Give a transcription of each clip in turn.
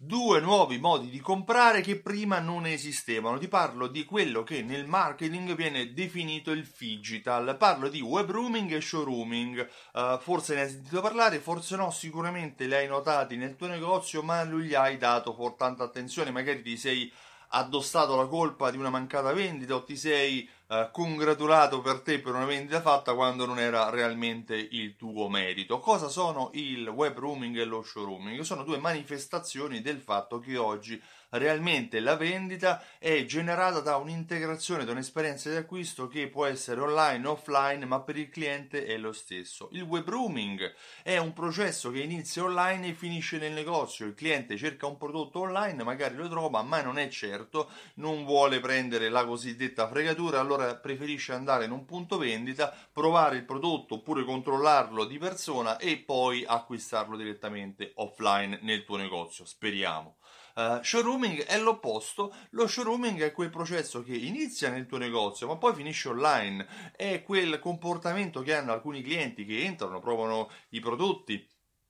Due nuovi modi di comprare che prima non esistevano. Ti parlo di quello che nel marketing viene definito il phygital. Parlo di web rooming e showrooming. Forse ne hai sentito parlare, forse no, sicuramente li hai notati nel tuo negozio, ma non gli hai dato tanta attenzione. Magari ti sei addossato la colpa di una mancata vendita o ti sei congratulato per te per una vendita fatta quando non era realmente il tuo merito. Cosa sono il web rooming e lo showrooming? Sono due manifestazioni del fatto che oggi realmente la vendita è generata da un'integrazione, da un'esperienza di acquisto che può essere online o offline, ma per il cliente è lo stesso. Il web rooming è un processo che inizia online e finisce nel negozio. Il cliente cerca un prodotto online, magari lo trova, ma non è certo, non vuole prendere la cosiddetta fregatura, allora preferisce andare in un punto vendita, provare il prodotto oppure controllarlo di persona e poi acquistarlo direttamente offline nel tuo negozio. Speriamo. Showrooming è l'opposto. Lo showrooming è quel processo che inizia nel tuo negozio ma poi finisce online. È quel comportamento che hanno alcuni clienti che entrano, provano i prodotti,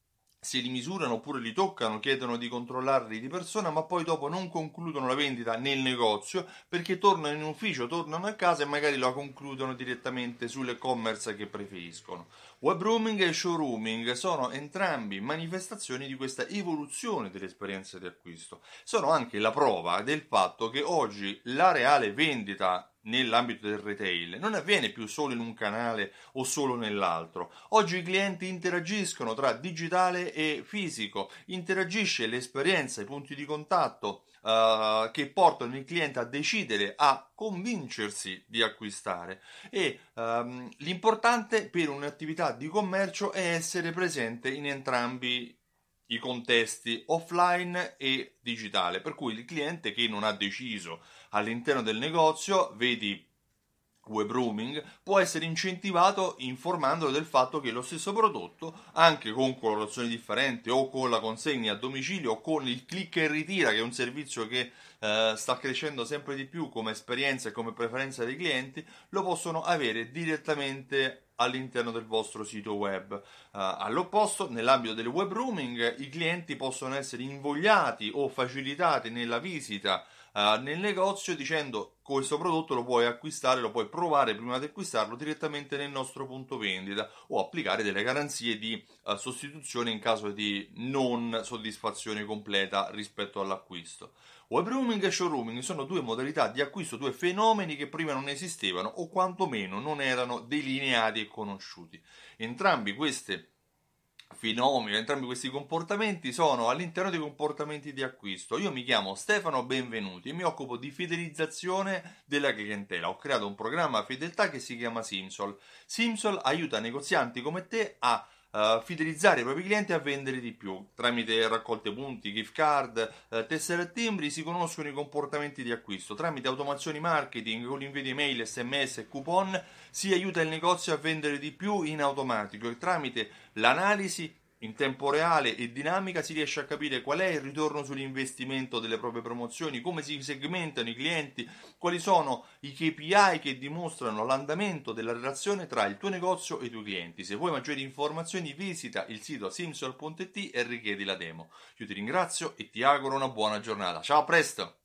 se li misurano oppure li toccano, chiedono di controllarli di persona, ma poi dopo non concludono la vendita nel negozio perché tornano in ufficio, tornano a casa e magari la concludono direttamente sull'e-commerce che preferiscono. Web rooming e showrooming sono entrambi manifestazioni di questa evoluzione dell'esperienza di acquisto. Sono anche la prova del fatto che oggi la reale vendita nell'ambito del retail non avviene più solo in un canale o solo nell'altro. Oggi i clienti interagiscono tra digitale e fisico, interagisce l'esperienza, i punti di contatto che portano il cliente a decidere, a convincersi di acquistare e l'importante per un'attività di commercio è essere presente in entrambi i contesti offline e digitale, per cui il cliente che non ha deciso all'interno del negozio, vedi web rooming, può essere incentivato informandolo del fatto che lo stesso prodotto, anche con colorazioni differenti o con la consegna a domicilio o con il click e ritira, che è un servizio che sta crescendo sempre di più come esperienza e come preferenza dei clienti, lo possono avere direttamente all'interno del vostro sito web. All'opposto, nell'ambito del web rooming, i clienti possono essere invogliati o facilitati nella visita nel negozio dicendo questo prodotto lo puoi acquistare, lo puoi provare prima di acquistarlo direttamente nel nostro punto vendita o applicare delle garanzie di sostituzione in caso di non soddisfazione completa rispetto all'acquisto. Web rooming e showrooming sono due modalità di acquisto, due fenomeni che prima non esistevano o quantomeno non erano delineati e conosciuti. Entrambi questi fenomeni, entrambi questi comportamenti sono all'interno dei comportamenti di acquisto. Io mi chiamo Stefano Benvenuti e mi occupo di fidelizzazione della clientela. Ho creato un programma fedeltà che si chiama Simsol. Simsol aiuta negozianti come te a fidelizzare i propri clienti e a vendere di più. Tramite raccolte punti, gift card, tessere e timbri si conoscono i comportamenti di acquisto. Tramite automazioni marketing, con l'invio di email, sms e coupon si aiuta il negozio a vendere di più in automatico e tramite l'analisi in tempo reale e dinamica si riesce a capire qual è il ritorno sull'investimento delle proprie promozioni, come si segmentano i clienti, quali sono i KPI che dimostrano l'andamento della relazione tra il tuo negozio e i tuoi clienti. Se vuoi maggiori informazioni visita il sito simsol.it e richiedi la demo. Io ti ringrazio e ti auguro una buona giornata. Ciao, a presto!